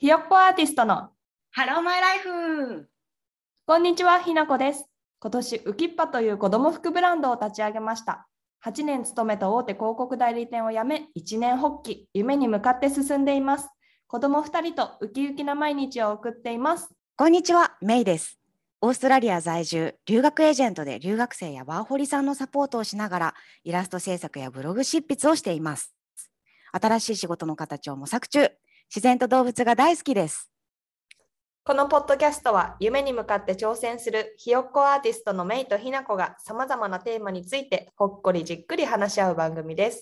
ひよっこアーティストのハローマイライフ。 こんにちは、ひなこです。今年ウキッパという子ども服ブランドを立ち上げました。8年勤めた大手広告代理店を辞め、一年発起、夢に向かって進んでいます。子ども2人とウキウキな毎日を送っています。 こんにちは、メイです。オーストラリア在住、留学エージェントで留学生やワーホリさんのサポートをしながら、イラスト制作やブログ執筆をしています。新しい仕事の形を模索中、自然と動物が大好きです。 このポッドキャストは夢に向かって挑戦するひよっこアーティストのメイとひなこがさまざまなテーマについてほっこりじっくり話し合う番組です。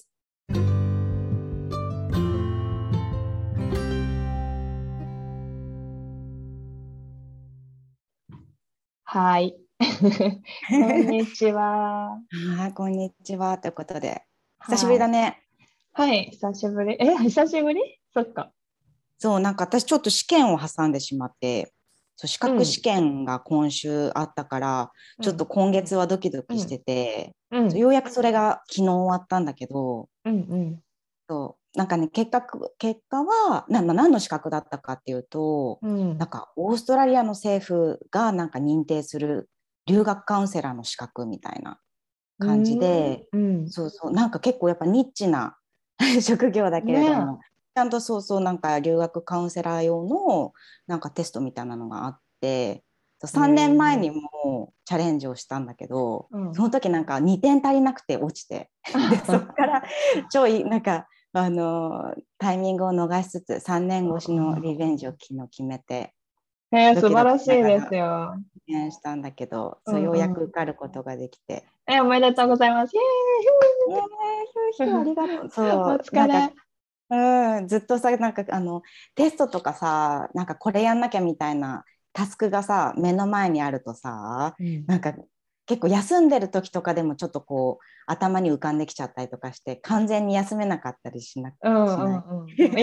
はい。こんにちは。 こんにちは。ということで、久しぶりだね。 はい、久しぶり。久しぶり？そっか。 そう、なんか私ちょっと試験を挟んでしまって、資格試験が今週あったから、ちょっと今月はドキドキしてて、ようやくそれが昨日終わったんだけど、なんかね、結果は何の資格だったかっていうと、なんかオーストラリアの政府がなんか認定する留学カウンセラーの資格みたいな感じで、なんか結構やっぱニッチな職業だけれども、ちゃんとなんか留学カウンセラー用のなんかテストみたいなのがあって、3年前にもチャレンジをしたんだけど、その時なんか2点足りなくて落ちてでそこからちょいなんかタイミングを逃しつつ3年越しのリベンジを昨日決めて、 素晴らしいですよ。 したんだけど、ようやく受かることができて、 おめでとうございます。 ありがとう。そうお疲れ。 ずっとさ、なんかテストとかさ、なんかこれやんなきゃみたいなタスクがさ目の前にあるとさ、なんか結構休んでる時とかでもちょっとこう頭に浮かんできちゃったりとかして完全に休めなかったりしない。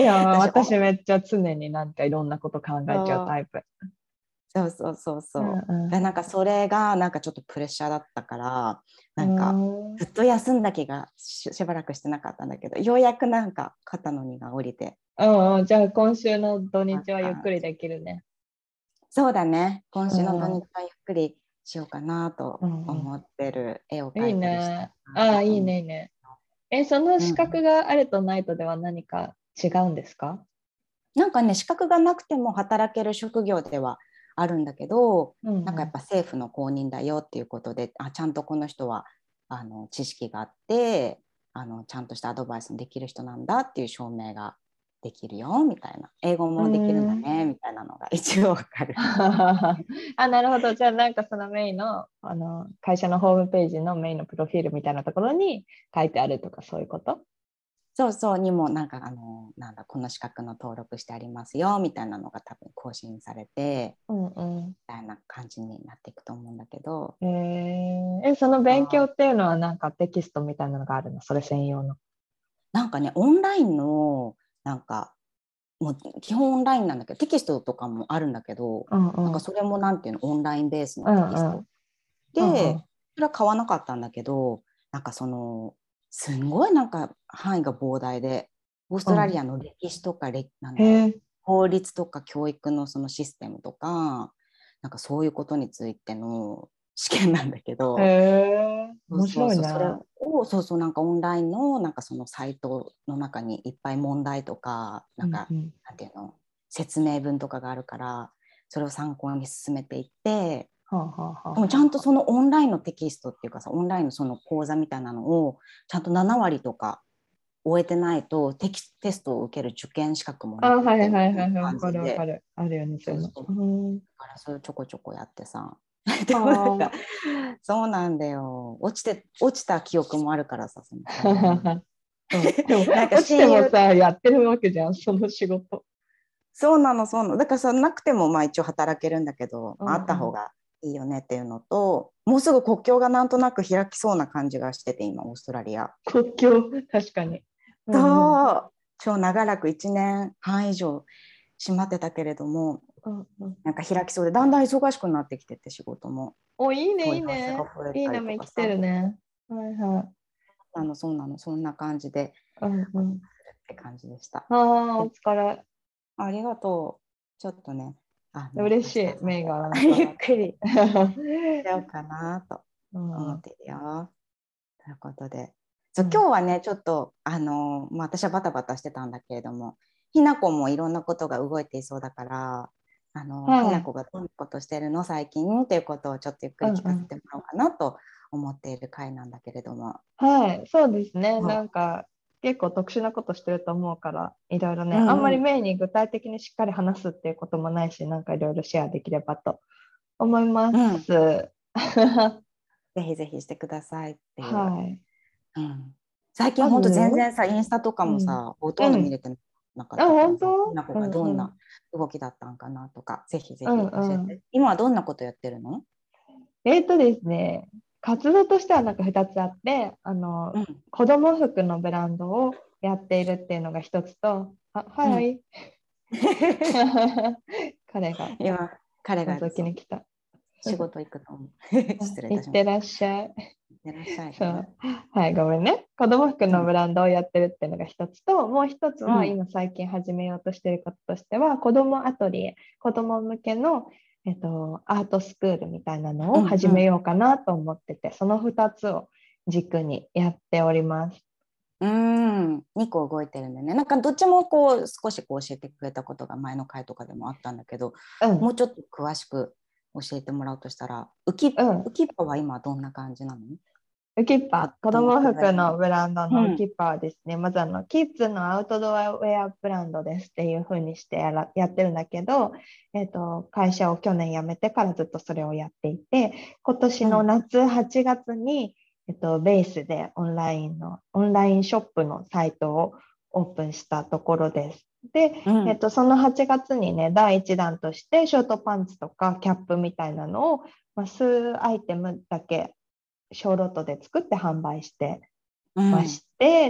いや私めっちゃ常になんかいろんなこと考えちゃうタイプ。 なんかそれがなんかちょっとプレッシャーだったから、なんかずっと休んだ気がしばらくしてなかったんだけど、ようやくなんか肩の荷が下りて。 じゃあ今週の土日はゆっくりできるね。 そうだね、今週の土日はゆっくりしようかなと思ってる。絵を描いたりして。 いいね、いいね。その資格があるとないとでは何か違うんですか？ なんかね、資格がなくても働ける職業ではあるんだけど、なんかやっぱ政府の公認だよっていうことで、ちゃんとこの人は知識があってちゃんとしたアドバイスできる人なんだっていう証明ができるよみたいな、英語もできるんだねみたいなのが一応わかる。 なるほど。じゃあなんかそのメイの、会社のホームページのメイのプロフィールみたいなところに書いてあるとかそういうこと？ そうにもなんかなんだこの資格の登録してありますよみたいなのが多分更新されて、みたいな感じになっていくと思うんだけど、 その勉強っていうのはなんかテキストみたいなのがあるの？それ専用の。 なんかね、オンラインのなんかもう基本オンラインなんだけど、テキストとかもあるんだけど、なんかそれもなんていうの、オンラインベースのテキスト、でそれは買わなかったんだけど、なんかすんごいなんか範囲が膨大で、オーストラリアの歴史とか、法律とか教育のそのシステムとか、なんかそういうことについての試験なんだけど、 面白いね。 それをなんかオンラインのなんかそのサイトの中にいっぱい問題とかなんか、なんていうの、説明文とかがあるから、それを参考に進めていって、でもちゃんとそのオンラインのテキストっていうかさ、オンラインのその講座みたいなのをちゃんと7割とか終えてないとテストを受ける受験資格もなくて、 わかるわかる。あるよね、そういうの。 だからそれをちょこちょこやってさそうなんだよ。落ちた記憶もあるからさ。 でもなんか落ちてもさ、やってるわけじゃん、その仕事。 そうなの。だからさ、なくてもまあ一応働けるんだけど、あった方がいいよねっていうのと、もうすぐ国境がなんとなく開きそうな感じがしてて、今オーストラリア。 国境、確かに。 超長らく1年半以上閉まってたけれども、なんか開きそうで、だんだん忙しくなってきてて、仕事も。 いいね、いいね。いいな、生きてるね。 そうなの、そんな感じで、って感じでした。 お疲れ。 ありがとちょっとね、 嬉しい、メイがなんかゆっくりしようかなと思ってるよ。ということで、今日はね、ちょっと私はバタバタしてたんだけれども、ひなこもいろんなことが動いていそうだから、ひなこがどんなことしてるの最近っていうことをちょっとゆっくり聞かせてもらおうかなと思っている回なんだけれども。 はい、そうですね。なんか結構特殊なことしてると思うから、いろいろね、あんまりメインに具体的にしっかり話すっていうこともないし、なんかいろいろシェアできればと思います。ぜひぜひしてくださいっていう。 はい。 最近本当全然さ、インスタとかもさ、ほとんど見れてなかったからさ、ひなこがどんな動きだったんかなとか、ぜひぜひ教えて。今はどんなことやってるの？ ですね、活動としてはなんか2つあって、子供服のブランドをやっているっていうのが1つと、はい。彼が覗きに来た。 仕事行くと思う。失礼いたしました。 いってらっしゃい。 いらっしゃい。 はい、ごめんね。子供服のブランドをやってるっていうのが一つと、もう一つは今最近始めようとしていることとしては、子供アトリエ、子供向けの、アートスクールみたいなのを始めようかなと思ってて、その2つを軸にやっております。 2個動いてるんだよね。なんかどっちもこう少しこう教えてくれたことが前の回とかでもあったんだけど、もうちょっと詳しく教えてもらうとしたら、ウキッパは今どんな感じなの？ ウキッパ、子供服のブランドのウキッパはですね、まずキッズのアウトドアウェアブランドですっていう風にしてやってるんだけど、会社を去年辞めてからずっとそれをやっていて、今年の夏8月に、ベースでオンラインショップのサイトをオープンしたところです。で、その8月にね、第1弾としてショートパンツとかキャップみたいなのを、数アイテムだけ小ロットで作って販売してまして、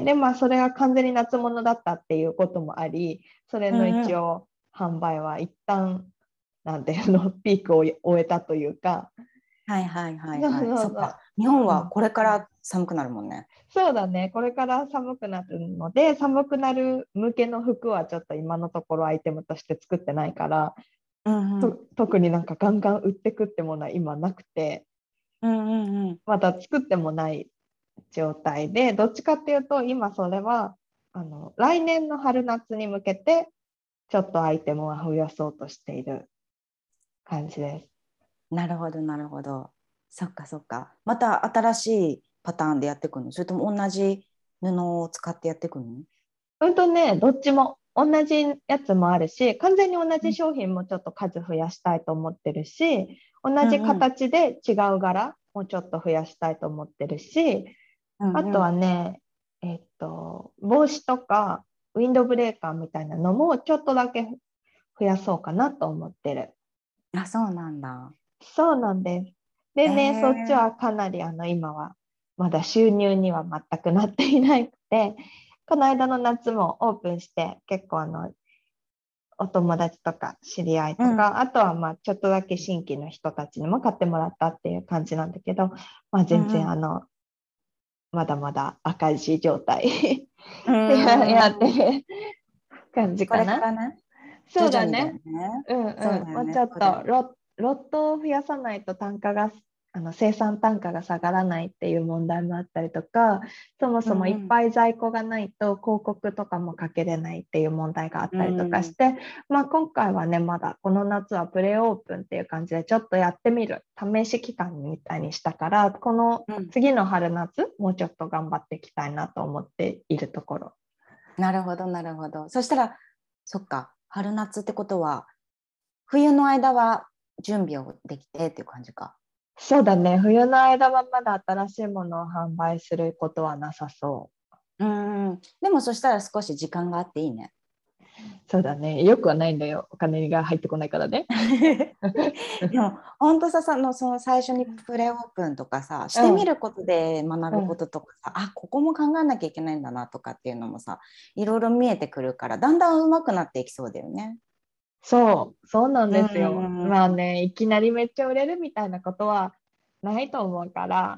でそれが完全に夏物だったっていうこともあり、それの一応販売は一旦なんていうのピークを終えたというか。 そっか、日本はこれから寒くなるもんね。 そうだね、これから寒くなるので、寒くなる向けの服はちょっと今のところアイテムとして作ってないから、特になんかガンガン売ってくってものは今なくて、まだ作ってもない状態で、どっちかっていうと今それは来年の春夏に向けてちょっとアイテムは増やそうとしている感じです。 なるほどなるほど。そっかそっか。また新しいパターンでやっていくの？それとも同じ布を使ってやっていくの？ どっちも同じやつもあるし、完全に同じ商品もちょっと数増やしたいと思ってるし、同じ形で違う柄もちょっと増やしたいと思ってるし、あとはね、帽子とかウィンドブレーカーみたいなのもちょっとだけ増やそうかなと思ってる。 あ、そうなんだ。 そうなんです。でね、そっちはかなり今はまだ収入には全くなっていなくて、この間の夏もオープンして結構お友達とか知り合いとか、あとはちょっとだけ新規の人たちにも買ってもらったっていう感じなんだけど、全然まだまだ赤字状態でやってる感じかな。 これからね。 そうだね。もうちょっとロットを増やさないと生産単価が下がらないっていう問題もあったりとか、そもそもいっぱい在庫がないと広告とかもかけれないっていう問題があったりとかして、今回はね、まだこの夏はプレオープンっていう感じでちょっとやってみる試し期間みたいにしたから、この次の春夏もうちょっと頑張っていきたいなと思っているところ。 なるほどなるほど。そしたらそっか、春夏ってことは冬の間は準備をできてっていう感じか。 そうだね、冬の間はまだ新しいものを販売することはなさそう。 でもそしたら少し時間があっていいね。 そうだね、よくはないんだよ、お金が入ってこないからね。 でも本当さ、その最初にプレオープンとかさしてみることで学ぶこととかさ、ここも考えなきゃいけないんだなとかっていうのもさ、いろいろ見えてくるからだんだん上手くなっていきそうだよね。 そうなんですよ。いきなりめっちゃ売れるみたいなことはないと思うから、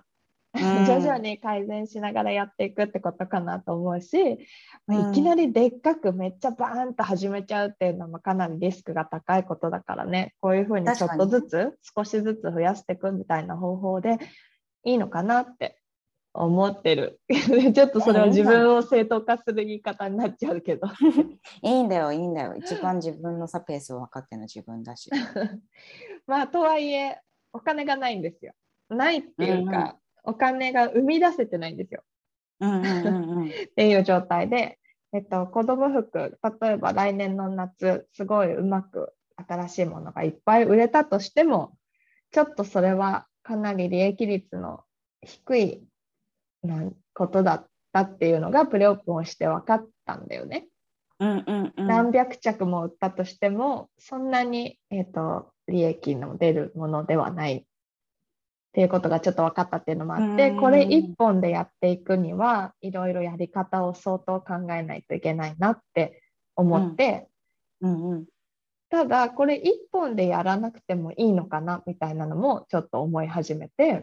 徐々に改善しながらやっていくってことかなと思うし、 うん、 いきなりでっかくめっちゃバーンと始めちゃうっていうのもかなりリスクが高いことだからね、こういうふうにちょっとずつ少しずつ増やしていくみたいな方法でいいのかなって思ってる。ちょっとそれは自分を正当化する言い方になっちゃうけど。 いいんだよ、いいんだよ。一番自分のさ、ペースを分かってるの自分だし。 まあ、とはいえ、お金がないんですよ。ないっていうか、お金が生み出せてないんですよ。っていう状態で、子供服、例えば来年の夏、すごいうまく新しいものがいっぱい売れたとしても、ちょっとそれはかなり利益率の低いことだったっていうのがプレオープンをして分かったんだよね。何百着も売ったとしてもそんなに、利益の出るものではないっていうことがちょっと分かったっていうのもあって、これ一本でやっていくにはいろいろやり方を相当考えないといけないなって思って、ただこれ一本でやらなくてもいいのかなみたいなのもちょっと思い始めて、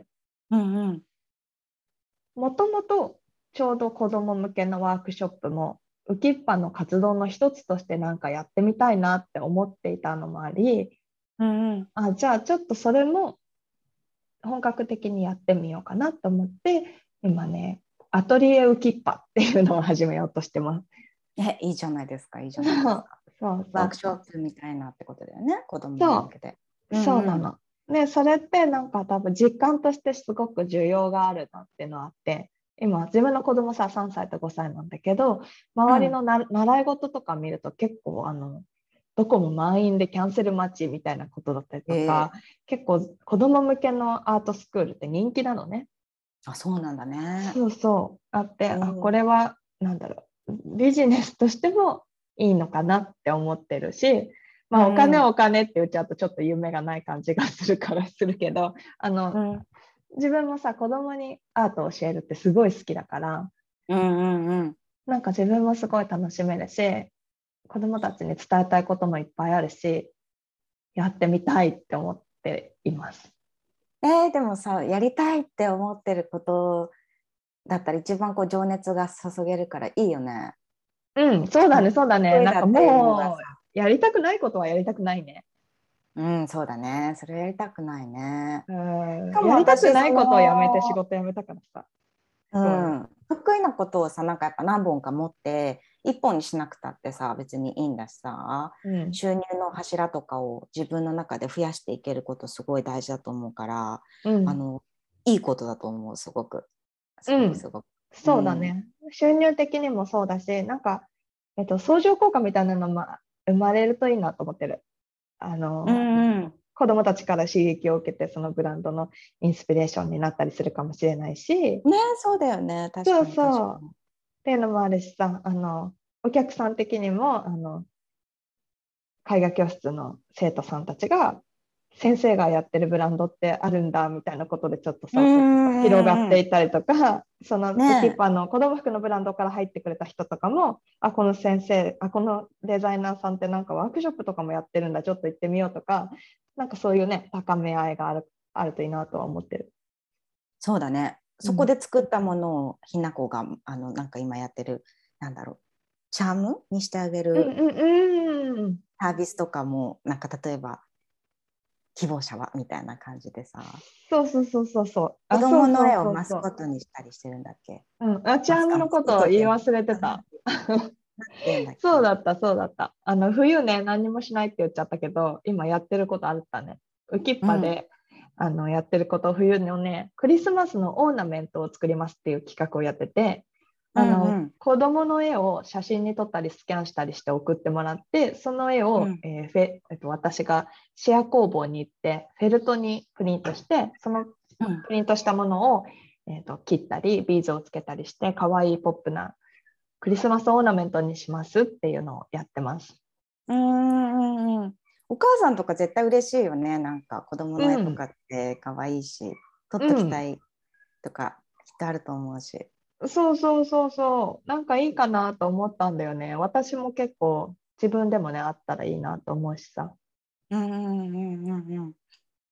もともとちょうど子ども向けのワークショップもウキッパの活動の一つとしてなんかやってみたいなって思っていたのもあり、じゃあちょっとそれも本格的にやってみようかなと思って今ね、アトリエウキッパっていうのを始めようとしてます。 いいじゃないですか、いいじゃないですか。ワークショップみたいなってことだよね、子供に向けて。 そうなの。ね、それってなんか多分実感としてすごく需要があるなっていうのがあって、今自分の子供さ3歳と5歳なんだけど、周りの習い事とか見ると結構どこも満員でキャンセル待ちみたいなことだったりとか、結構子供向けのアートスクールって人気なのね。 あ、そうなんだね。 そうそうあって、これはなんだろう、ビジネスとしてもいいのかなって思ってるし、まあ、お金って言っちゃうとちょっと夢がない感じがするからするけど、自分もさ、子供にアートを教えるってすごい好きだから、なんか自分もすごい楽しめるし、子供たちに伝えたいこともいっぱいあるし、やってみたいって思っています。 でもさ、やりたいって思ってることだったら一番こう情熱が注げるからいいよね。 そうだね、そうだね。なんかもうやりたくないことはやりたくないね。 そうだね。それやりたくないね。 やりたくないことをやめて仕事辞めたからさ。 得意なことをさ、なんかやっぱ何本か持って一本にしなくたってさ、別にいいんだしさ、収入の柱とかを自分の中で増やしていけることすごい大事だと思うから、いいことだと思う、すごく。すごく。 そうだね。収入的にもそうだし、なんか、相乗効果みたいなのも生まれるといいなと思ってる。子どもたちから刺激を受けてそのブランドのインスピレーションになったりするかもしれないし、 ね、そうだよね、確かに。 そうっていうのもあるしさ、お客さん的にも絵画教室の生徒さんたちが先生がやってるブランドってあるんだみたいなことでちょっとさ、広がっていったりとか、そのウキッパの子ども服のブランドから入ってくれた人とかも、この先生、このデザイナーさんってなんかワークショップとかもやってるんだ、ちょっと行ってみようとか、なんかそういうね、高め合いがあるといいなとは思ってる。 そうだね。そこで作ったものをひなこがなんか今やってる、なんだろう、チャームにしてあげるサービスとかも、なんか例えば希望者はみたいな感じでさ、 そう子供の絵をマスコットにしたりしてるんだっけ。 チャームのことを言い忘れてた。そうだったそうだった。冬ね、何もしないって言っちゃったけど、今やってることあったね。ウキッパで、やってること、冬のね、クリスマスのオーナメントを作りますっていう企画をやってて、子供の絵を写真に撮ったりスキャンしたりして送ってもらって、その絵を、私がシェア工房に行ってフェルトにプリントして、そのプリントしたものを、切ったりビーズをつけたりして可愛いポップなクリスマスオーナメントにしますっていうのをやってます。 お母さんとか絶対嬉しいよね。なんか子供の絵とかって可愛いし、撮っときたいとかきっとあると思うし。 そうなんかいいかなと思ったんだよね。私も結構自分でもねあったらいいなと思うしさ。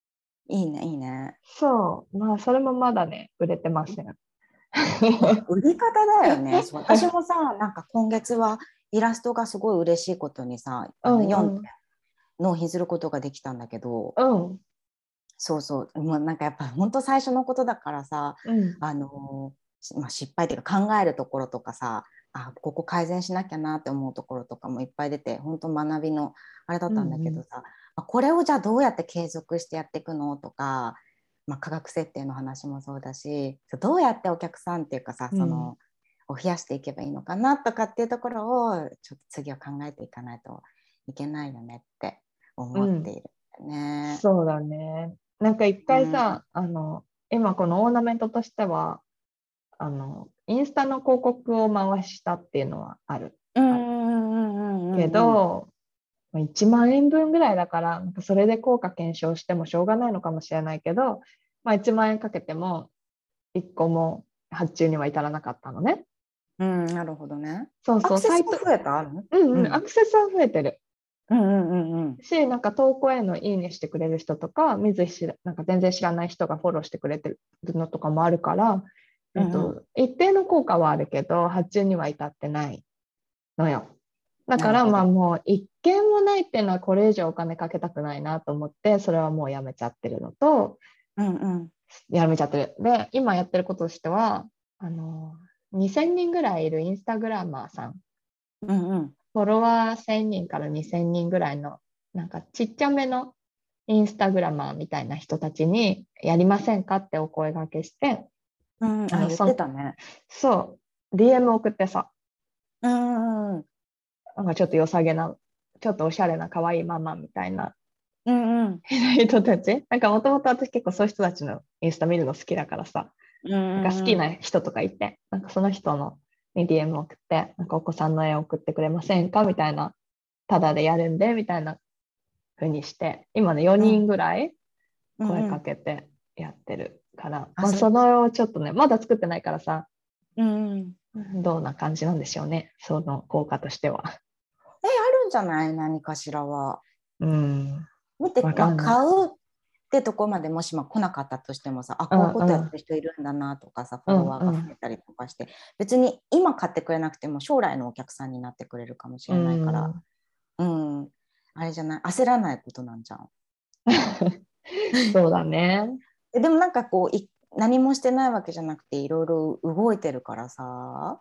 いいね、いいね。 そう、まあそれもまだね、売れてません。 売り方だよね。そう、私もさ、なんか今月はイラストがすごい嬉しいことにさ、読んで納品することができたんだけど、そうそう、もうなんかやっぱ本当最初のことだからさ、失敗っていうか考えるところとかさ、ここ改善しなきゃなって思うところとかもいっぱい出て、本当学びのあれだったんだけどさ、これをじゃあどうやって継続してやっていくのとか、価格設定の話もそうだし、どうやってお客さんっていうかさ、を増やしていけばいいのかなとかっていうところをちょっと次は考えていかないといけないよねって思っているね。 そうだね。なんか一回さ、今このオーナメントとしてはインスタの広告を回したっていうのはある。けど、1万円分ぐらいだから、なんかそれで効果検証してもしょうがないのかもしれないけど、1万円かけても1個も発注には至らなかったのね。 なるほどね。 そうそう、 アクセスも増えた？ アクセスは増えてる。 し、 なんか投稿へのいいねしてくれる人とか、なんか全然知らない人がフォローしてくれてるのとかもあるから、一定の効果はあるけど、発注には至ってないのよ。だからもう一件もないっていうのはこれ以上お金かけたくないなと思って、それはもうやめちゃってるのと、やめちゃってる。で、今やってることとしては、2000人ぐらいいるインスタグラマーさん、フォロワー1000人から2000人ぐらいのなんかちっちゃめのインスタグラマーみたいな人たちにやりませんかってお声掛けして、 言ってたね。 そう、DM 送ってさ、なんかちょっと良さげな、ちょっとおしゃれな可愛いママみたいな人たち、なんかもともと私結構そういう人たちのインスタ見るの好きだからさ、なんか好きな人とかいて、なんかその人の DM 送って、なんかお子さんの絵を送ってくれませんかみたいな、ただでやるんでみたいな風にして、今ね4人ぐらい声かけてやってるから、そのちょっとね、まだ作ってないからさ、どんな感じなんでしょうね、その効果としては。 あるんじゃない？何かしらは。見て、買うってとこまでもし来なかったとしてもさ、こういうことやってる人いるんだなとかさ、フォロワーが増えたりとかして、別に今買ってくれなくても将来のお客さんになってくれるかもしれないから、あれじゃない、焦らないことなんじゃん。 そうだね。 でもなんかこう何もしてないわけじゃなくていろいろ動いてるからさ。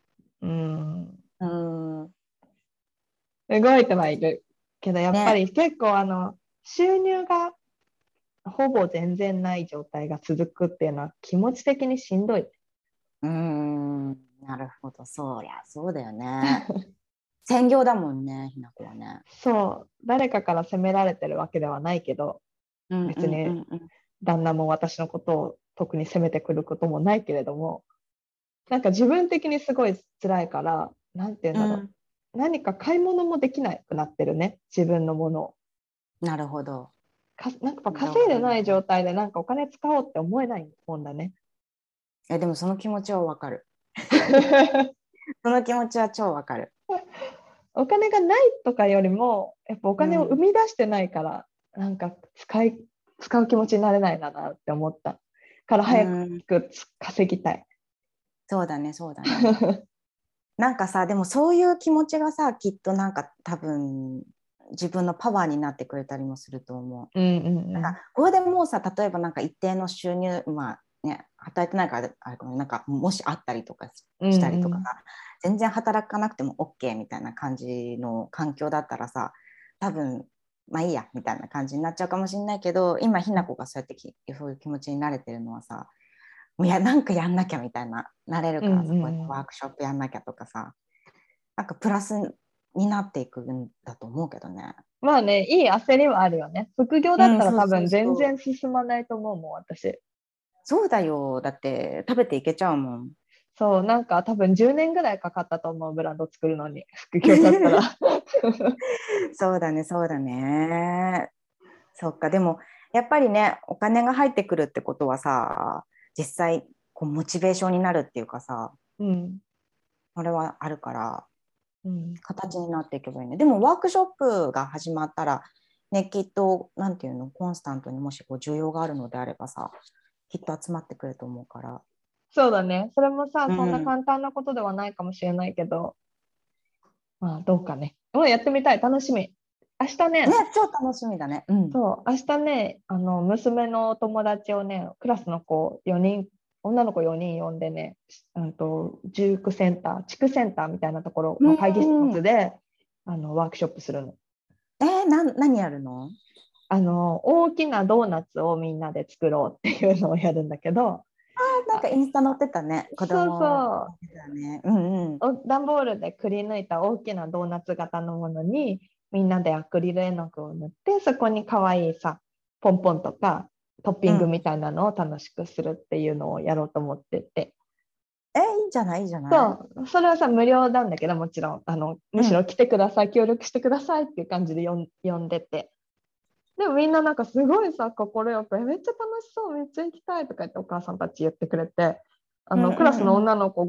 動いてはいるけど、やっぱり結構収入がほぼ全然ない状態が続くっていうのは気持ち的にしんどい。 なるほど、そうだよね。専業だもんね、ひな子はね。 そう、誰かから責められてるわけではないけど、別に旦那も私のことを特に責めてくることもないけれども、なんか自分的にすごい辛いから、なんて言うんだろう、何か買い物もできなくなってるね、自分のものを。 なるほど。 なんか稼いでない状態でなんかお金使おうって思えないもんだね。 でもその気持ちはわかる。その気持ちは超わかる。 お金がないとかよりもやっぱお金を生み出してないから、なんか使う気持ちになれないなって思ったから早く稼ぎたい。 そうだね。なんかさ、でもそういう気持ちがさ、きっとなんか多分自分のパワーになってくれたりもすると思う。なんかこれでもうさ、例えばなんか一定の収入、働いてないからあれかも、なんかもしあったりとかしたりとかさ、全然働かなくても OK みたいな感じの環境だったらさ、多分いいやみたいな感じになっちゃうかもしれないけど、今ひな子がそうやってそういう気持ちになれてるのはさ、なんかやんなきゃみたいななれるからさ、こうやってワークショップやんなきゃとかさ、なんかプラスになっていくんだと思うけどね。 まあね、いい焦りはあるよね。副業だったら多分全然進まないと思うもん、私。 そうだよ。だって食べていけちゃうもん。 そう、なんか多分10年ぐらいかかったと思う、ブランド作るのに。副業だったら。 そうだね。そっか、でもやっぱりね、お金が入ってくるってことはさ、実際こうモチベーションになるっていうかさ、それはあるから、形になっていけばいいね。でもワークショップが始まったらね、きっとなんていうの、コンスタントにもしこう需要があるのであればさ、きっと集まってくると思うから。 そうだね。それもさ、 うん、 そんな簡単なことではないかもしれないけど、まあどうかね。もうやってみたい。楽しみ。明日ね、 ね、 超楽しみだね。うん。 そう、明日ね、娘のお友達をね、クラスの子4人、女の子4人呼んでね、塾センター、地区センターみたいなところの会議室で、ワークショップするの。 何やるの？ 大きなドーナツをみんなで作ろうっていうのをやるんだけど、 なんかインスタ載ってたね、子そう供そ載ってたね。うんうん。 段ボールでくり抜いた大きなドーナツ型のものにみんなでアクリル絵の具を塗って、そこに可愛いさポンポンとかトッピングみたいなのを楽しくするっていうのをやろうと思ってて、 いいんじゃない？いいじゃない？ それはさ無料なんだけど、もちろんむしろ来てください、協力してくださいっていう感じで呼んでて、でもみんななんかすごいさ快くめっちゃ楽しそう、めっちゃ行きたいとか言ってお母さんたち言ってくれて、クラスの女の子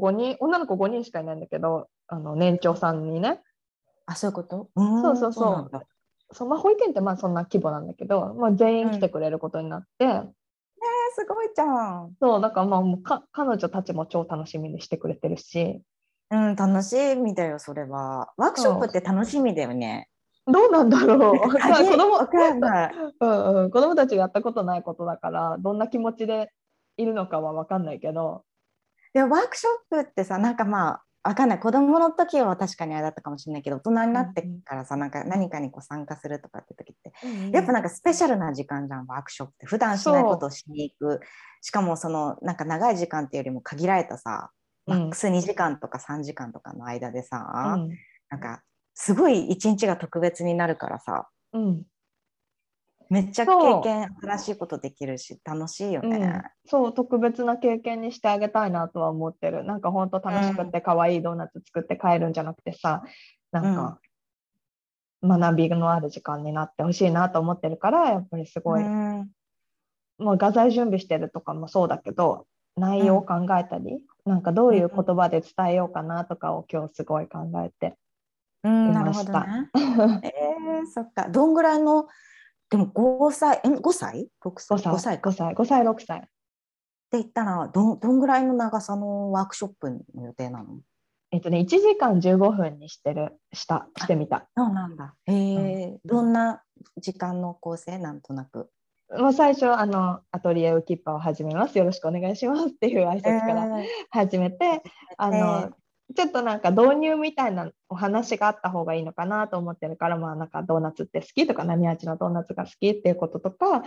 5人しかいないんだけど、年長さんにね。 そういうこと？ そうそうそうなんだ。 保育園ってまあそんな規模なんだけど、まあ、全員来てくれることになって、 すごいじゃん。 そうだからまあもう彼女たちも超楽しみにしてくれてるし。 楽しみだよ、それは。ワークショップって楽しみだよね。 どうなんだろう。子供わかんない。 子供たちがやったことないことだからどんな気持ちでいるのかは分かんないけど。 でワークショップってさ、なんかまあわかんない、子供の時は確かにあれだったかもしれないけど、大人になってからさ、なんか何かにこう参加するとかって時って、やっぱなんかスペシャルな時間じゃん、ワークショップって。普段しないことをしに行く。しかもそのなんか長い時間っていうよりも限られたさ、マックス2時間とか3時間とかの間でさ、なんかすごい一日が特別になるからさ、めっちゃ経験、新しいことできるし楽しいよね。 そう、特別な経験にしてあげたいなとは思ってる。なんか本当楽しくって可愛いドーナツ作って帰るんじゃなくてさ、なんか学びのある時間になってほしいなと思ってるから、やっぱりすごい、もう画材準備してるとかもそうだけど、内容を考えたり、なんかどういう言葉で伝えようかなとかを今日すごい考えていました。 なるほどね。そっか。どんぐらいの、でも5歳、5歳 ?6 歳 ?5 歳か。 5歳、6歳。って言ったらどんぐらいの長さのワークショップの予定なの ？1時間15分にしてみた。 そうなんだ。どんな時間の構成なんとなく。 もう最初アトリエウキッパを始めます、よろしくお願いしますっていう挨拶から始めて、ちょっとなんか導入みたいなお話があった方がいいのかなと思ってるから、まあなんかドーナツって好きとか何味のドーナツが好きっていうこととか、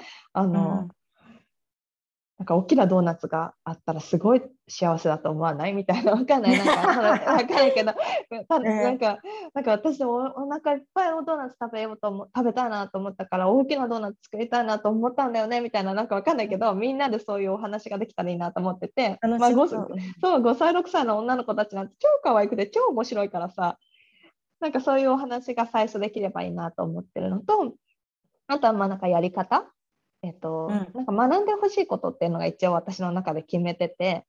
なんか大きなドーナツがあったらすごい幸せだと思わないみたいな、わかんない、なんかわかんないけどなんか私お腹いっぱいのドーナツ食べたいなと思ったから大きなドーナツ作りたいなと思ったんだよねみたいな、なんかわかんないけど、みんなでそういうお話ができたらいいなと思ってて、まあ、5歳6歳の女の子たちなんて超可愛くて超面白いからさ、なんかそういうお話が最初できればいいなと思ってるのと、あとはまあなんかやり方、なんか学んでほしいことっていうのが一応私の中で決めてて、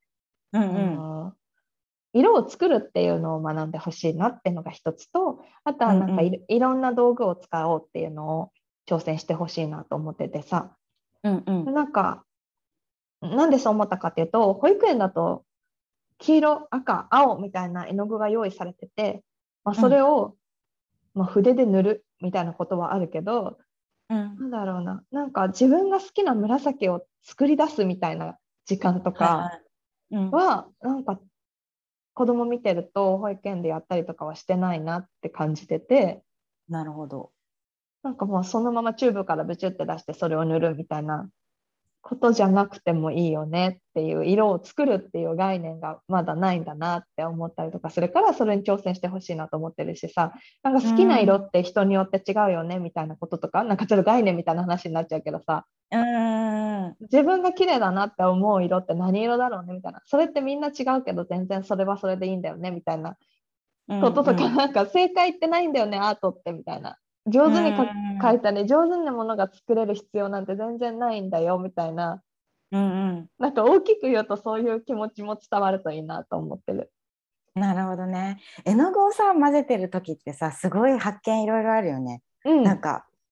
色を作るっていうのを学んでほしいなっていうのが一つと、あとはなんかいろんな道具を使おうっていうのを挑戦してほしいなと思っててさ、なんかなんでそう思ったかっていうと、保育園だと黄色、赤、青みたいな絵の具が用意されてて、まあ、それを、筆で塗るみたいなことはあるけど、なんだろうな、なんか自分が好きな紫を作り出すみたいな時間とかは、なんか子供見てると保育園でやったりとかはしてないなって感じてて。 なるほど。 なんかもうそのままチューブからブチュって出してそれを塗るみたいなことじゃなくてもいいよねっていう、色を作るっていう概念がまだないんだなって思ったりとかするから、それに挑戦してほしいなと思ってるしさ、なんか好きな色って人によって違うよねみたいなこととか、なんかちょっと概念みたいな話になっちゃうけどさ、自分が綺麗だなって思う色って何色だろうねみたいな、それってみんな違うけど全然それはそれでいいんだよねみたいなこととか、なんか正解ってないんだよねアートってみたいな、上手に描いたり上手なものが作れる必要なんて全然ないんだよみたいな、なんか大きく言うとそういう気持ちも伝わるといいなと思ってる。 なるほどね。絵の具をさ混ぜてる時ってさ、すごい発見いろいろあるよね。なんか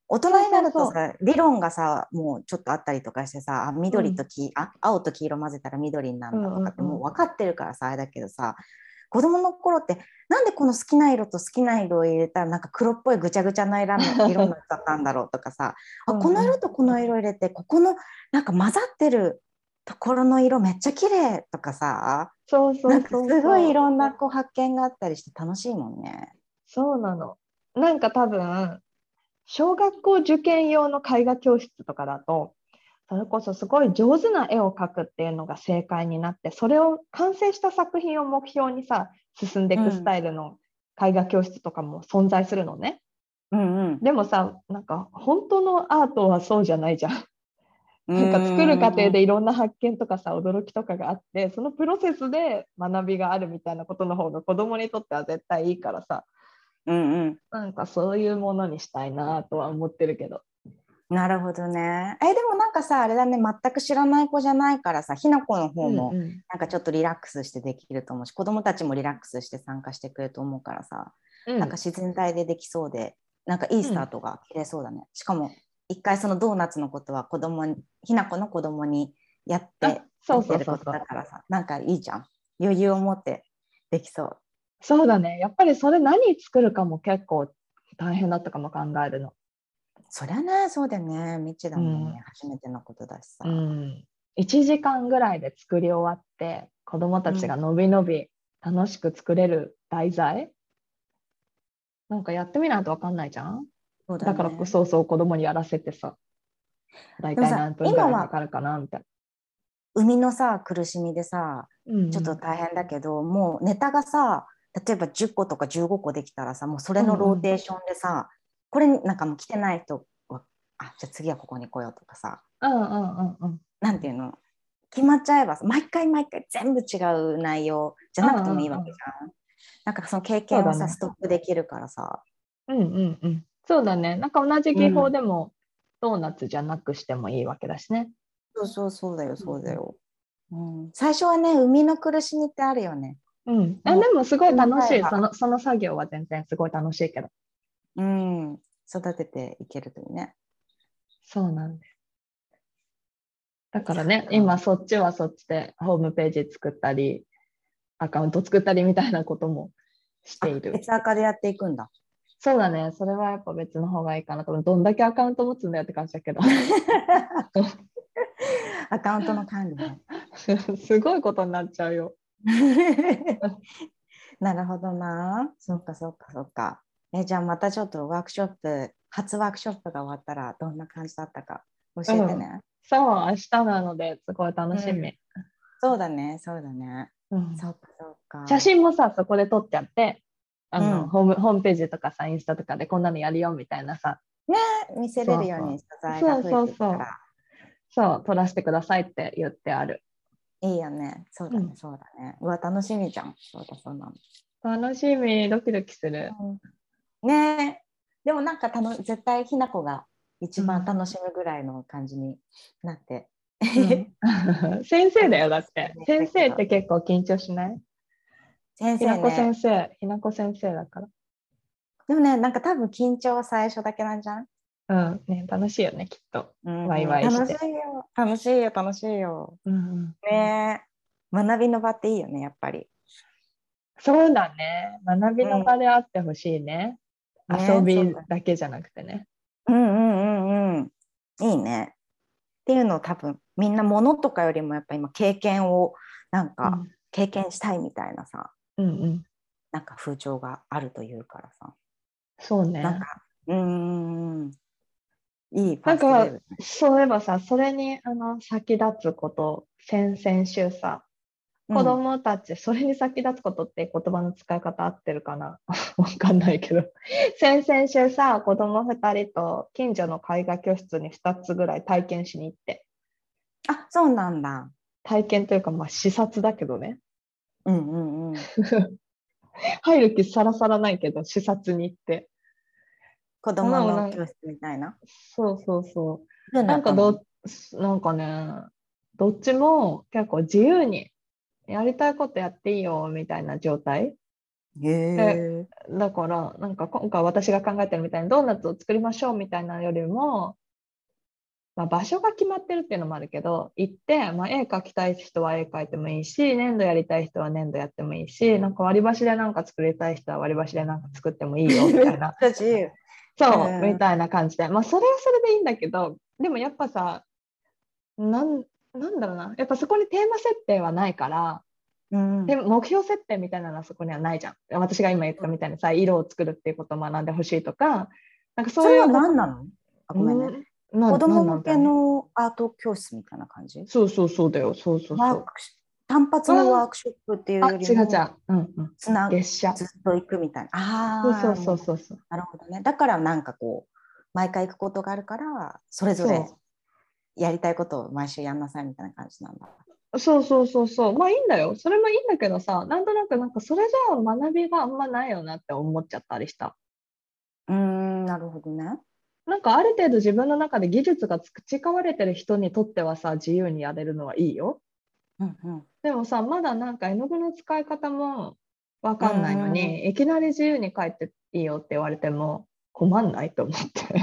大人になるとそうさ、理論がさ、もうちょっとあったりとかしてさ、緑と青と黄色混ぜたら緑になるんだとかってもう分かってるからさ、あれだけどさ、子供の頃ってなんでこの好きな色と好きな色を入れたらなんか黒っぽいぐちゃぐちゃな色になっちゃったんだろうとかさ、あ、この色とこの色入れて、ここのなんか混ざってるところの色めっちゃ綺麗とかさ、なんかすごいいろんなこう発見があったりして楽しいもんね。 そうなの。なんか多分小学校受験用の絵画教室とかだと、それこそすごい上手な絵を描くっていうのが正解になって、それを完成した作品を目標にさ進んでいくスタイルの絵画教室とかも存在するのね。でもさ、なんか本当のアートはそうじゃないじゃん。なんか作る過程でいろんな発見とかさ、驚きとかがあって、そのプロセスで学びがあるみたいなことの方が子供にとっては絶対いいからさ、なんかそういうものにしたいなとは思ってるけど。 なるほどね。でもなんかさ、あれだね、全く知らない子じゃないからさ、ひな子の方もなんかちょっとリラックスしてできると思うし、子供たちもリラックスして参加してくれると思うからさ、なんか自然体でできそうで、なんかいいスタートが切れそうだね。しかも一回そのドーナツのことはひな子の子供にやってることだからさ、なんかいいじゃん。余裕を持ってできそう。 そうだね。やっぱりそれ何作るかも結構大変だったかも考えるの。 そりゃね、そうだよね。未知だもんね。初めてのことだしさ。 1時間ぐらいで作り終わって、子どもたちがのびのび楽しく作れる題材、なんかやってみないと分かんないじゃん。だからこそ子どもにやらせてさ、大体何分ぐらいかかるかなみたいな。 生みのさ苦しみでさ、ちょっと大変だけど、もうネタがさ、例えば10個とか15個できたらさ、もうそれのローテーションでさ、これなんかもう来てない人は、じゃあ次はここに来ようとかさ、なんていうの、決まっちゃえば毎回全部違う内容じゃなくてもいいわけじゃん。なんかその経験をさ、ストックできるからさ。 そうだね。なんか同じ技法でも、ドーナツじゃなくしてもいいわけだしね。 そうだよ。最初はね、生みの苦しみってあるよね。 でもすごい楽しい。その作業は全然すごい楽しいけど。 育てていけるといいね。 そうなんです。だからね、今そっちはそっちでホームページ作ったり、アカウント作ったりみたいなこともしている。 別アカでやっていくんだ。 そうだね。それはやっぱ別の方がいいかなと。どんだけアカウント持つんだよって感じだけど。 アカウントの管理ね。 すごいことになっちゃうよ。 なるほどな。そっか。じゃあまたちょっと初ワークショップが終わったらどんな感じだったか教えてね。 そう、明日なのですごい楽しみ。 そうだね。そっか。 写真もさ、そこで撮ってあって、ホームページとかさ、インスタとかでこんなのやるよみたいなさ。 ね、見せれるように素材が増えてるから。 そう、撮らせてくださいって言ってある。 いいよね。そうだね。うわ、楽しみじゃん。そうなの。楽しみ、ドキドキする。 ね、でもなんか絶対ひな子が一番楽しむぐらいの感じになって。 先生だよ、だって。先生って結構緊張しない？ 先生ね。 ひなこ先生だから。 でもね、なんか多分緊張は最初だけなんじゃん？ ね、楽しいよね、きっと。ワイワイして。 楽しいよ。ね、学びの場っていいよね、やっぱり。 そうだね。学びの場であってほしいね。遊びだけじゃなくてね。 いいね。っていうのを多分みんな物とかよりもやっぱ今経験をなんか経験したいみたいなさ、なんか風潮があるというからさ。 そうね。 なんかいいなんかそういえばさ、それに先立つこと、先々週さ、子供たち、それに先立つことって言葉の使い方合ってるかなわかんないけど。先々週さ、子供2人と近所の絵画教室に2つぐらい体験しに行って。 あ、そうなんだ。 体験というか、視察だけどね。入る気さらさらないけど、視察に行って。 子供の教室みたいな。 そう。なんかね、どっちも結構自由にやりたいことやっていいよみたいな状態へでえ。 だからなんか今回私が考えてるみたいにドーナツを作りましょうみたいなのよりも、まあ、場所が決まってるっていうのもあるけど、行って、まあ、絵描きたい人は絵描いてもいいし、粘土やりたい人は粘土やってもいいし、なんか割り箸でなんか作りたい人は割り箸でなんか作ってもいいよみめったいな。 ちゃ自由。 そう、 うん。 みたいな感じで。まあ、それはそれでいいんだけど、でもやっぱさ、なんだろうな。やっぱそこにテーマ設定はないから、 うん。 で目標設定みたいなのはそこにはないじゃん。私が今言ったみたいにさ、色を作るっていうことを学んでほしいとか、なんかそそれはういうこと、 何なの？あ、ごめんね。子なん供向けなんだろうね。 のアート教室みたいな感じ？ そうそうそうだよ。そうそうそう。 ワークシ単発のワークショップっていうより違う違も、 う。うんうん。 つな、 月謝。 ずっと行くみたいな。 そうそうああ、もう、 そうそうそう。 なるほどね。だからなんかこう、毎回行くことがあるから、それぞれそやりたいことを毎週やんなさいみたいな感じなんだ。 そうそうそうそう。まあいいんだよ。それもいいんだけどさ、なんとなくなんかそれじゃあ学びがあんまないよなって思っちゃったりした。 なるほどね。 なんかある程度自分の中で技術が培われてる人にとってはさ、自由にやれるのはいいよ。 うんうん。 でもさ、まだなんか絵の具の使い方もわうかんないのんうんに、いきなり自由に描いていいよって言われても困んないと思って。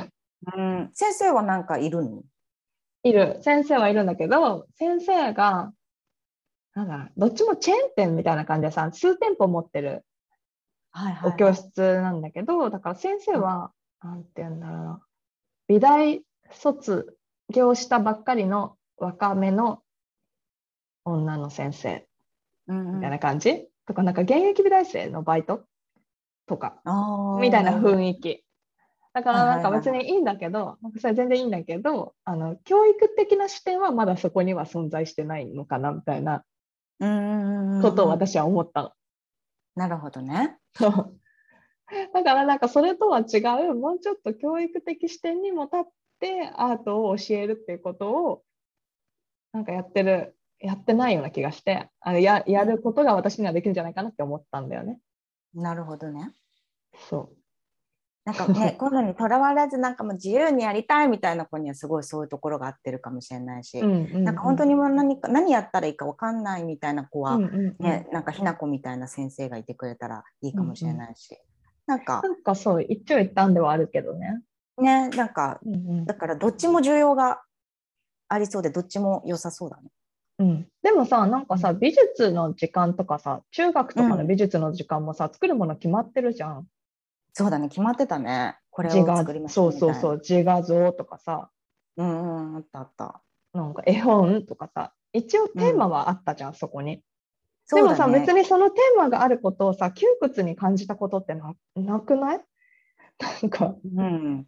うん。先生はなんかいるの？ いる。先生はいるんだけど、先生が、なんだろう、どっちもチェーン店みたいな感じでさ、数店舗持ってるはいお教はいはい。 室なんだけど、だから先生は、なんて言うんだろうな、美大卒業したばっかりの若めの女の先生みたいうんうん。 な感じとか、なんか現役美大生のバイトとか、みああ、 たいななるほど。 雰囲気。だかはいらなんかはいはいはい。 別にいいんだけど、なんかそれ全然いいんだけど、教育的な視点はまだそこには存在してないのかなみたいなうんうんこうんうんうん。 とを私は思ったの。 なるほどね。 だからなんかそれとは違う、もうちょっと教育的視点にも立ってアートを教えるっていうことをなんかやってないような気がして、やることが私にはできるんじゃないかなって思ったんだよね。 なるほどね。 そなんかね、こういうのにとらわれず、なんかもう自由にやりたいみたいな子にはすごいそういうところが合ってるかもしれないう。うし、 んうんなんか本当にもう何やったらいいか分かんないみたいな子は、 うんうんうんね、なんかひな子みたいな先生がいてくれたらいいかもしれうんうん。 ないし、なんかなんかそう、一長一短ではあるけどね。 ね、なんか、 うんうんだからどっちも需要がありそうで、どっちも良さそうだね。 うん、でもさ、なんかうん。 さ、美術の時間とかさ、中学とかのうん、 美術の時間もさ、作るもの決まってるじゃん。 そうだね、決まってたね。これを作りましそうょうみたいな。 そうそう、自画像とかさ、 うんうん、あったあった。 なんか絵本とかさ、一応テうん、 ーマはあったじゃん、そこに。でもさ、別そうだね。 にそのテーマがあることをさ、窮屈に感じたことってなくない？なんか、 うん。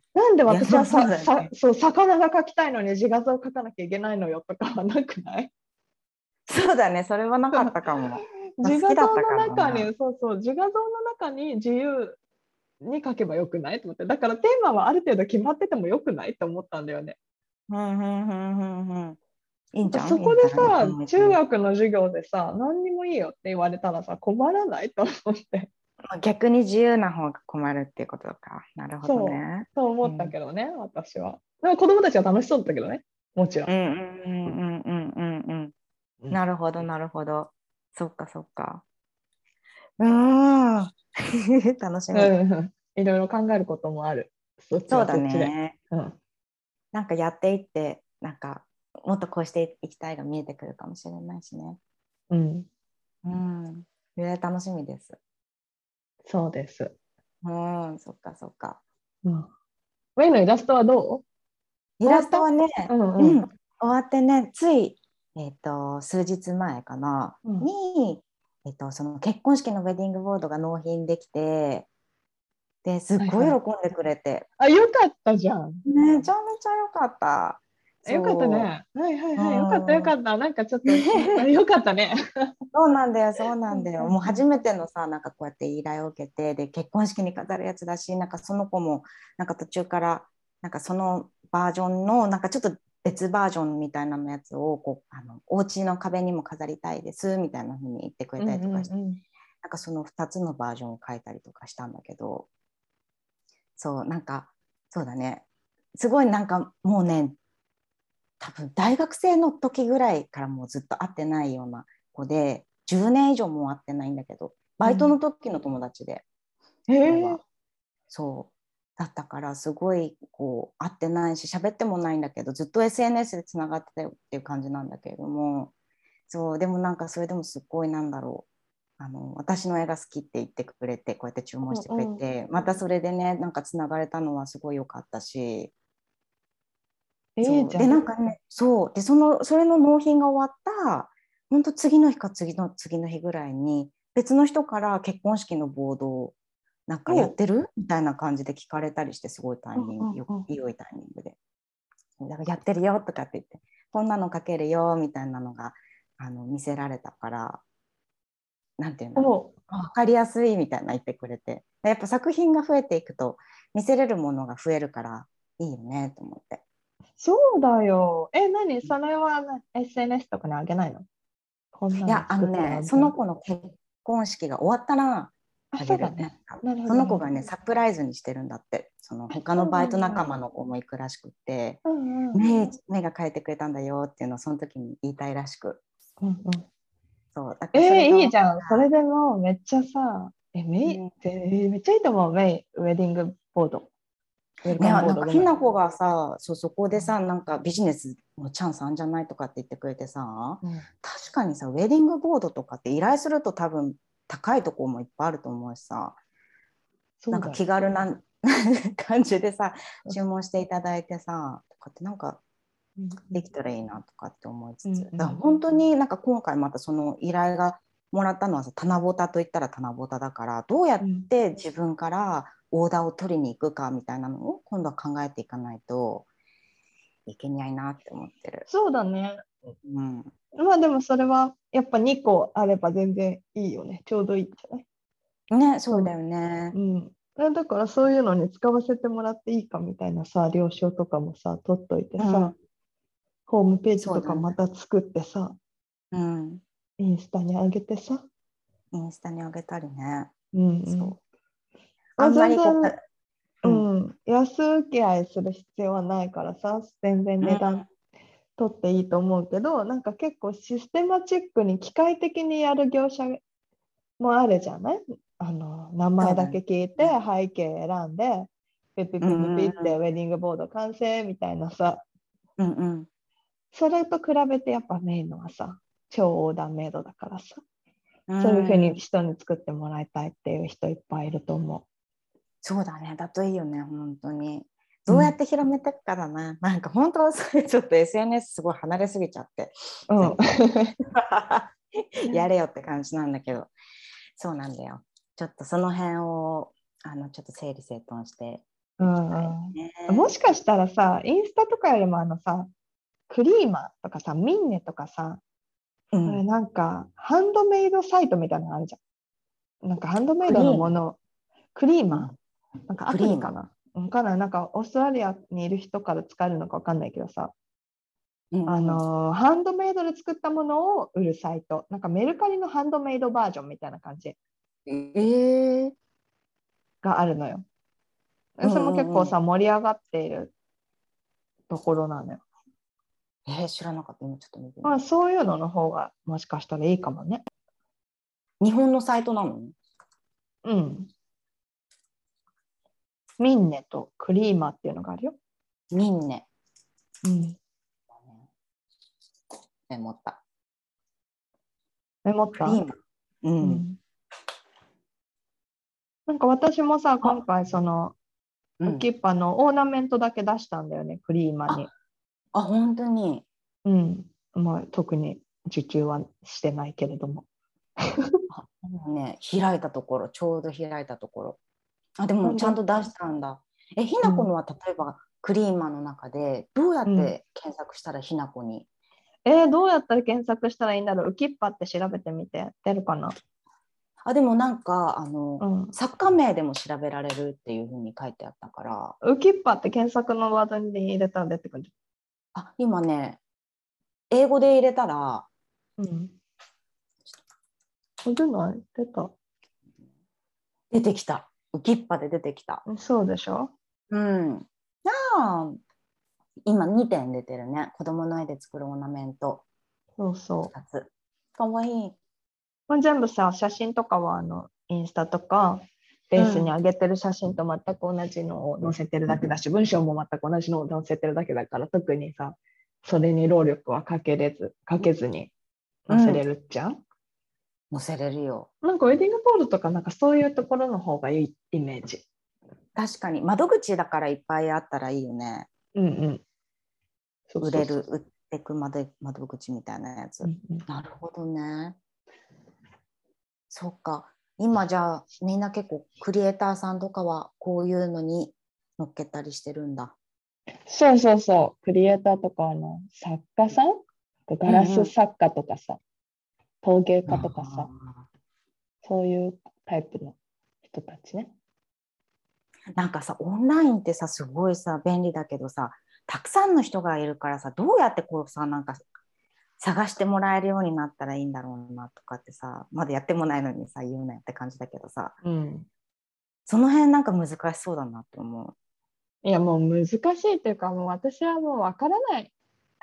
なんでいや、まあそう私はだね。 そう、魚が描きたいのに自画像描かなきゃいけないのよとかはなくない？ そうだね、それはなかったかも。まあ、 自好きだった画像のからな。 中に、そうそう、自画像の中に自由に書けばよくないと思って。だからテーマはある程度決まっててもよくないと思ったんだよね。 うんうんうんうんうん。いいんじゃん、いいそこでんじゃん。 さ、中別に。 学の授業でさ、何にもいいよって言われたらさ、困らないと思って。 まあ逆に自由な方が困るっていうことか。なるほどそう、 ね。 そう思ったうん。 けどね、私は。でも子供たちは楽しそうだったけどね、もちろん。 うんうんうんうんうんうん。 うん。 なるほど、なるほど。そっかそっか。うーん。楽しみ。 うん、いろいろ考えることもある。そっちはそうだそっちで。 ね。 うん。 なんかやっていって、なんかもっとこうしていきたいが見えてくるかもしれないしね。 うん。 うん。楽しみです。 そうです。 うん、そっかそっか。 うん。メイのイラストはどう？ イ終わった？ ラストはね、 うんうん。 うん、終わってね、つい、数日前かな、 うん。 に、その結婚式のウェディングボードが納品できて、ですっごいはいはい。 喜んでくれて、 あ、よかったじゃん。 めちゃめちゃ良かった。 よかったそね。はいはいう。うはい。よかったよかん。 った。なんかちょっと、よかったね。 そうなんだよ、そうなうんんだよ。もう初うんめてのさ、なんかこうやって依頼を受けて、で、結婚式に飾るやつだし、なんかその子も、なんか途中から、なんかそのバージョンの、なんかちょっと別バージョンみたいなのやつを、こう、お家の壁にも飾りたいです、みたいな風に言ってくれうんたりとかして、 うんうん。 なんかその2つのバージョンを書いたりとかしたんだけど、そう、なんか、そうだね。すごいなんかもうね、多分大学生の時ぐらいからもうずっと会ってないような子で、10年以上もう会ってないんだけど、 バイトの時の友達で、それはそうだったからすごいこう会ってないし喋ってもないんだけどずっと SNS でつながってたよっていう感じなんだけれども、そうでもなんかそれでもすっごいなんだろう、私の絵が好きって言ってくれてこうやって注文してくれて、またそれでねなんかつながれたのはすごい良かったし、そうでなんかね、そうでそれの納品が終わった本当次の日か次の日ぐらいに別の人から結婚式のボードをなんかやってるみたいな感じで聞かれたりして、すごいタイミング、良いタイミングで。だからやってるよとかって言って、こんなの書けるよみたいなのが見せられたから、なんていうの、分かりやすいみたいな言ってくれて、やっぱ作品が増えていくと見せれるものが増えるからいいよねと思って。 そうだよ。何それは SNS とかにあげないの？こんなの作ったらその子の結婚式が終わったらあげる。その子がねサプライズにしてるんだって。その他のバイト仲間の子も行くらしくて、目が変えてくれたんだよっていうのをその時に言いたいらしく。 そうだからいいじゃん。それでもめっちゃさ、めっちゃいいと思う。ウェディングボード。 ね、なんかひな子がさ、そこでさ、なんかビジネスのチャンスあんじゃないとかって言ってくれてさ、確かにさウェディングボードとかって依頼すると多分高いところもいっぱいあると思うしさ、なんか気軽な感じでさ注文していただいてさとかってなんかできたらいいなとかって思いつつ、だから本当になんか今回またその依頼がもらったのはさ、棚ぼたといったら棚ぼただから、どうやって自分からオーダーを取りに行くかみたいなのを今度は考えていかないといけないなって思ってる。 そうだね。まあでもそれはやっぱ2個あれば全然いいよね。ちょうどいいんじゃない？ ね、そうだよね。 だからそういうのに使わせてもらっていいかみたいなさ、了承とかもさ、取っといてさ、ホームページとかまた作ってさ、インスタに上げてさ。 インスタに上げたりね。 そう。 あんまり安請け合いする必要はないからさ、全然値段取っていいと思うけど、なんか結構システマチックに機械的にやる業者もあるじゃない？名前だけ聞いて、背景選んで、ピッピッピッピッってウェディングボード完成みたいなさ、それと比べてやっぱメインのはさ、超オーダーメイドだからさ、そういうふうに人に作ってもらいたいっていう人いっぱいいると思う。 そうだね、だといいよね、本当に。どうやって広めていくかだな。なんか本当はそれちょっと SNS すごい離れすぎちゃって、やれよって感じなんだけど、そうなんだよ。ちょっとその辺をちょっと整理整頓していきたいね。 もしかしたらさ、インスタとかよりもさ、クリーマーとかさ、ミンネとかさ、なんかハンドメイドサイトみたいなのあるじゃん。なんかハンドメイドのもの、クリーマー、なんかアプリかな。なんかオーストラリアにいる人から使えるのか分かんないけどさ、ハンドメイドで作ったものを売るサイト、なんかメルカリのハンドメイドバージョンみたいな感じがあるのよ。それも結構さ、盛り上がっているところなのよ。 知らなかった。今ちょっと見てみまあそういうのの方がもしかしたらいいかもね。 日本のサイトなの？ ミンネとクリーマっていうのがあるよ。 ミンネ。メモった。 メモった？ クリーマ。 なんか私もさ、今回そのウキッパのオーナメントだけ出したんだよね、クリーマに。 本当に。 まあ特に受注はしてないけれども。 開いたところ、ちょうど開いたところ。でもちゃんと出したんだ。ひなこのは例えばクリーマの中でどうやって検索したらひなこに？ どうやったら検索したらいいんだろう？ウキッパって調べてみて。出るかな？ でもなんか作家名でも調べられるっていうふうに書いてあったから。 ウキッパって検索のワードに入れたら出てくる。 今ね、英語で入れたら。 出ない？出た。 出てきた。ウキッパで出てきた。 そうでしょ？ 今2点出てるね。子供の絵で作るオーナメント。 そうそう。 2つ。かわいい。 もう全部さ、写真とかはインスタとかベースに上げてる写真と全く同じのを載せてるだけだし、文章も全く同じのを載せてるだけだから、特にさ、それに労力はかけずに載せれるじゃん。 載せれるよ。 なんかウェディングボードとかなんかそういうところの方がいいイメージ。 確かに窓口だからいっぱいあったらいいよね。 うんうん。 売ってく窓口みたいなやつ。 うんうん、 なるほどね。そっか。今じゃあみんな結構クリエイターさんとかはこういうのに乗っけたりしてるんだ。 そうそうそう。クリエイターとか作家さん、ガラス作家とかさ、陶芸家とかさ、そういうタイプの人たちね。 なんかさ、オンラインってさ、すごいさ、便利だけどさ、たくさんの人がいるからさ、どうやってこうさ、なんか探してもらえるようになったらいいんだろうなとかってさ、まだやってもないのにさ、言うなよって感じだけどさ、 うん、 その辺なんか難しそうだなって思う。 いやもう難しいというか、もう私はもうわからない。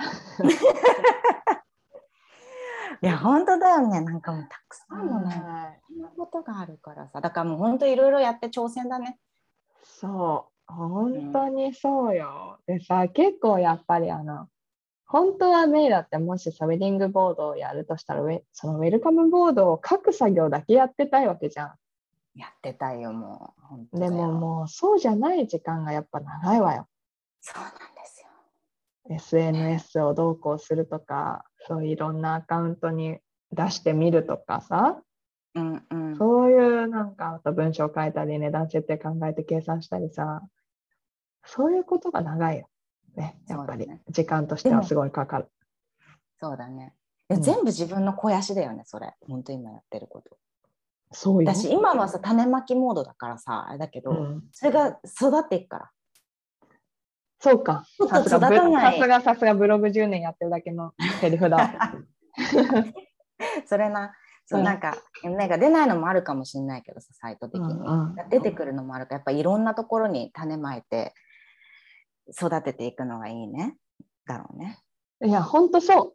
いや本当だよね。なんかもうたくさんのね、いろんなことがあるからさ、だからもう本当いろいろやって挑戦だね。 そう、本当にそうよ。でさ、結構やっぱり本当はメイだってもしさ、ウェディングボードをやるとしたら、そのウェルカムボードを書く作業だけやってたいわけじゃん。 やってたいよ、もう。本当でももうそうじゃない時間がやっぱ長いわよ。 そうなんですよ。 SNS をどうこうするとか、そういういろんなアカウントに出してみるとかさ、 うんうん、 そういうなんかあと文章書いたり値段設定考えて計算したりさ、そういうことが長いよね、やっぱり、時間としてはすごいかかる。 そうだね。全部自分の肥やしだよね、それ。本当今やってること。 そうよ。 私今はさ、種まきモードだからさ、あれだけど、それが育っていくから。 そうか。 さすがブログ10年やってるだけのセリフだ。 それな、なんか芽が出ないのもあるかもしれないけどさ、サイト的に。出てくるのもあるから、やっぱいろんなところに種まいて育てていくのがいいね。だろうね。 いや、ほんとそう。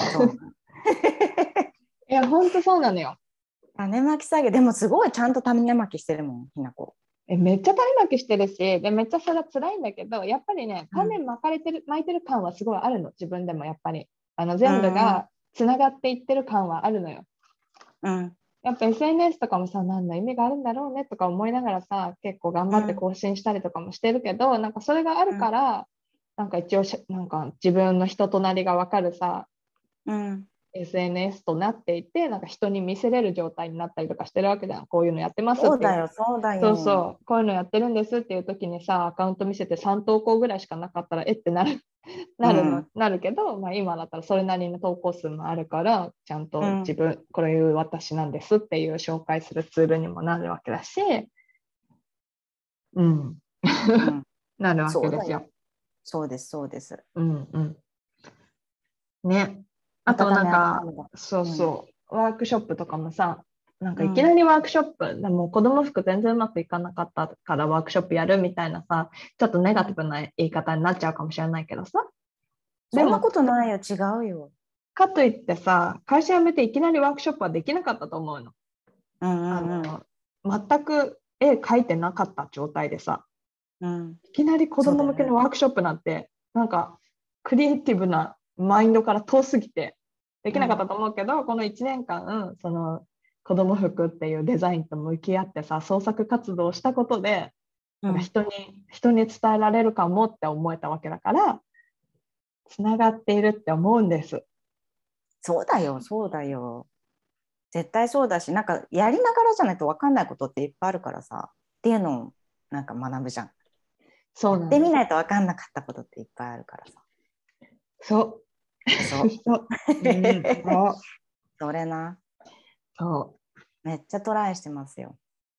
いや、ほんとそうなのよ。 種まき作業、でもすごいちゃんと種まきしてるもん、ひなこ。 めっちゃ種まきしてるし、でめっちゃそれは辛いんだけど、やっぱりね、種巻いてる感はすごいあるの、自分でもやっぱり。全部がつながっていってる感はあるのよ。やっぱ SNS とかもさ、何の意味があるんだろうねとか思いながらさ、結構頑張って更新したりとかもしてるけど、なんかそれがあるから、なんか一応なんか自分の人となりが分かるさ、SNS となっていて、なんか人に見せれる状態になったりとかしてるわけじゃん。こういうのやってますっていう。 そうだよ、そうだよ。 そうそう、こういうのやってるんですっていう時にさ、アカウント見せて3投稿ぐらいしかなかったら、ってなるけど、まあ、今だったらそれなりの投稿数もあるから、ちゃんと自分、これいう私なんですっていう紹介するツールにもなるわけだし、なるわけですよ。 そうです、そうです。 ね。あとなんか、そうそう、ワークショップとかもさ、なんかいきなりワークショップ、でも子供服全然うまくいかなかったからワークショップやるみたいなさ、ちょっとネガティブな言い方になっちゃうかもしれないけどさ。 そんなことないよ、違うよ。 かといってさ、会社辞めていきなりワークショップはできなかったと思うの。全く絵描いてなかった状態でさ、いきなり子供向けのワークショップなんて、なんかクリエイティブなマインドから遠すぎてできなかったと思うけど、この1年間その子供服っていうデザインと向き合ってさ、創作活動をしたことで、なんか人に伝えられるかもって思えたわけだから、つながっているって思うんです。 そうだよ、そうだよ。絶対そうだし、なんかやりながらじゃないと分かんないことっていっぱいあるからさ、っていうのをなんか学ぶじゃん。そうなんです。やってみないと分かんなかったことっていっぱいあるからさ。 そうそれな。めっちゃトライしてますよ。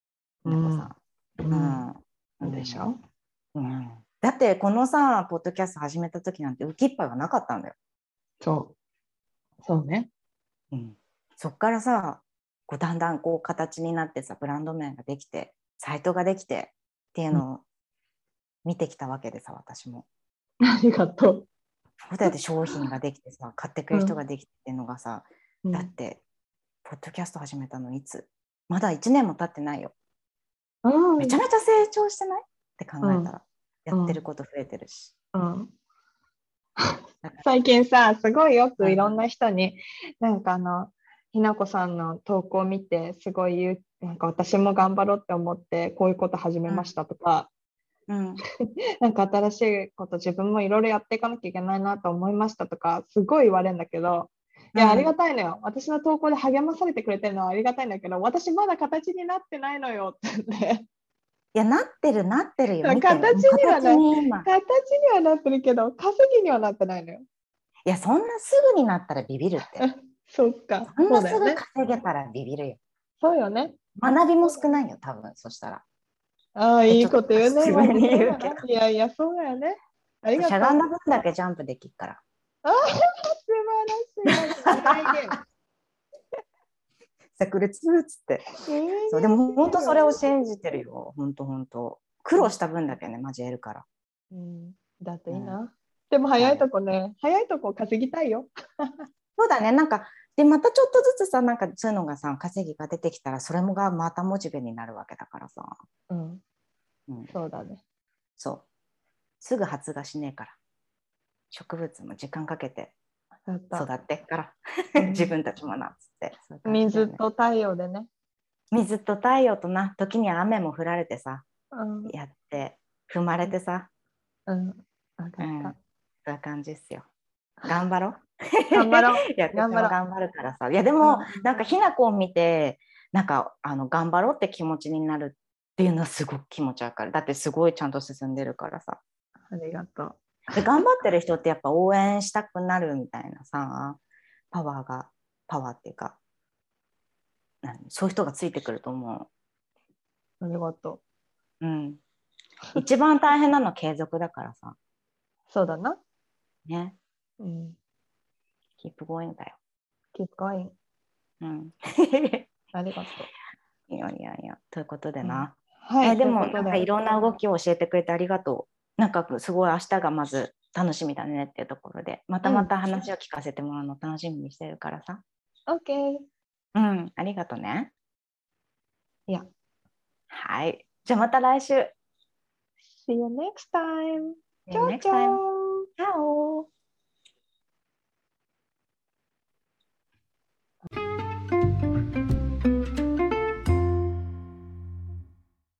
そうでしょ。 だってこのさ、ポッドキャスト始めた時なんてウキッパがなかったんだよ。 そうね。 そっからさ、こうだんだんこう形になってさ、ブランド名ができて、サイトができてっていうのを見てきたわけでさ、私も。 ありがとう。 そうやって商品ができてさ、買ってくれる人ができてっていうのがさ、だってポポッドキャスト始めたのいつ？まだ1年も経ってないよ。 うん、 めちゃめちゃ成長してないって考えたら、 うん、 やってること増えてるし。 うん、最近さ、すごいよくいろんな人に、なんかひなこさんの投稿を見て、すごいなんか私も頑張ろうって思って、こういうこと始めましたとか、 うん、 なんか新しいこと自分もいろいろやっていかなきゃいけないなと思いましたとか、すごい言われるんだけど、いや、ありがたいのよ。私の投稿で励まされてくれてるのはありがたいんだけど、私まだ形になってないのよって言って。 いや、なってるよ。見て形には形に今。 形にはなってるけど、稼ぎにはなってないのよ。 いや、そんなすぐになったらビビるって。 そっか。 そんなすぐ稼げたらビビるよ。 そうよね。 学びも少ないよ、多分、そしたら。 ああ、いいこと言うね。 自分に言うけど。 いやいや、そうだよね。ありがとう。 しゃがんだ分だけジャンプできるから。 ああ、素晴らしい。 炸裂っつって。そう、でも本当それを信じてるよ。本当。苦労した分だけね、マジ得るから。 うん、だっていいな。でも早いとこね、早いとこ稼ぎたいよ。 そうだね、なんか、で、またちょっとずつさ、なんかそういうのがさ、稼ぎが出てきたら、それもがまたモチベになるわけだからさ。 うん。そうだね。 そう。すぐ発芽しねえから。植物も時間かけて育ってから、自分たちもなっつって。 水と太陽でね。 水と太陽とな、時には雨も降られてさ、やって、踏まれてさ。 分かった。 そういう感じっすよ。頑張ろう。 頑張ろう。 いや、私も頑張るからさ。いや、でも、なんかひなこを見て、なんか頑張ろうって気持ちになるっていうのはすごく気持ちわかる。だってすごいちゃんと進んでるからさ。 ありがとう。 で、頑張ってる人ってやっぱ応援したくなるみたいなさ、パワーっていうか、そういう人がついてくると思う。 ありがとう。一番大変なのは継続だからさ。 そうだな。 ね。keep going だよ。 keep going。ありがとう。 いや。ということでな。 はい。 でも、なんかいろんな動きを教えてくれてありがとう。なんかすごい明日がまず楽しみだねっていうところで、また話を聞かせてもらうの楽しみにしてるからさ。 OK。 ありがとうね。 いや。 はい。じゃあまた来週。 See you next time. See you next time. Ciao.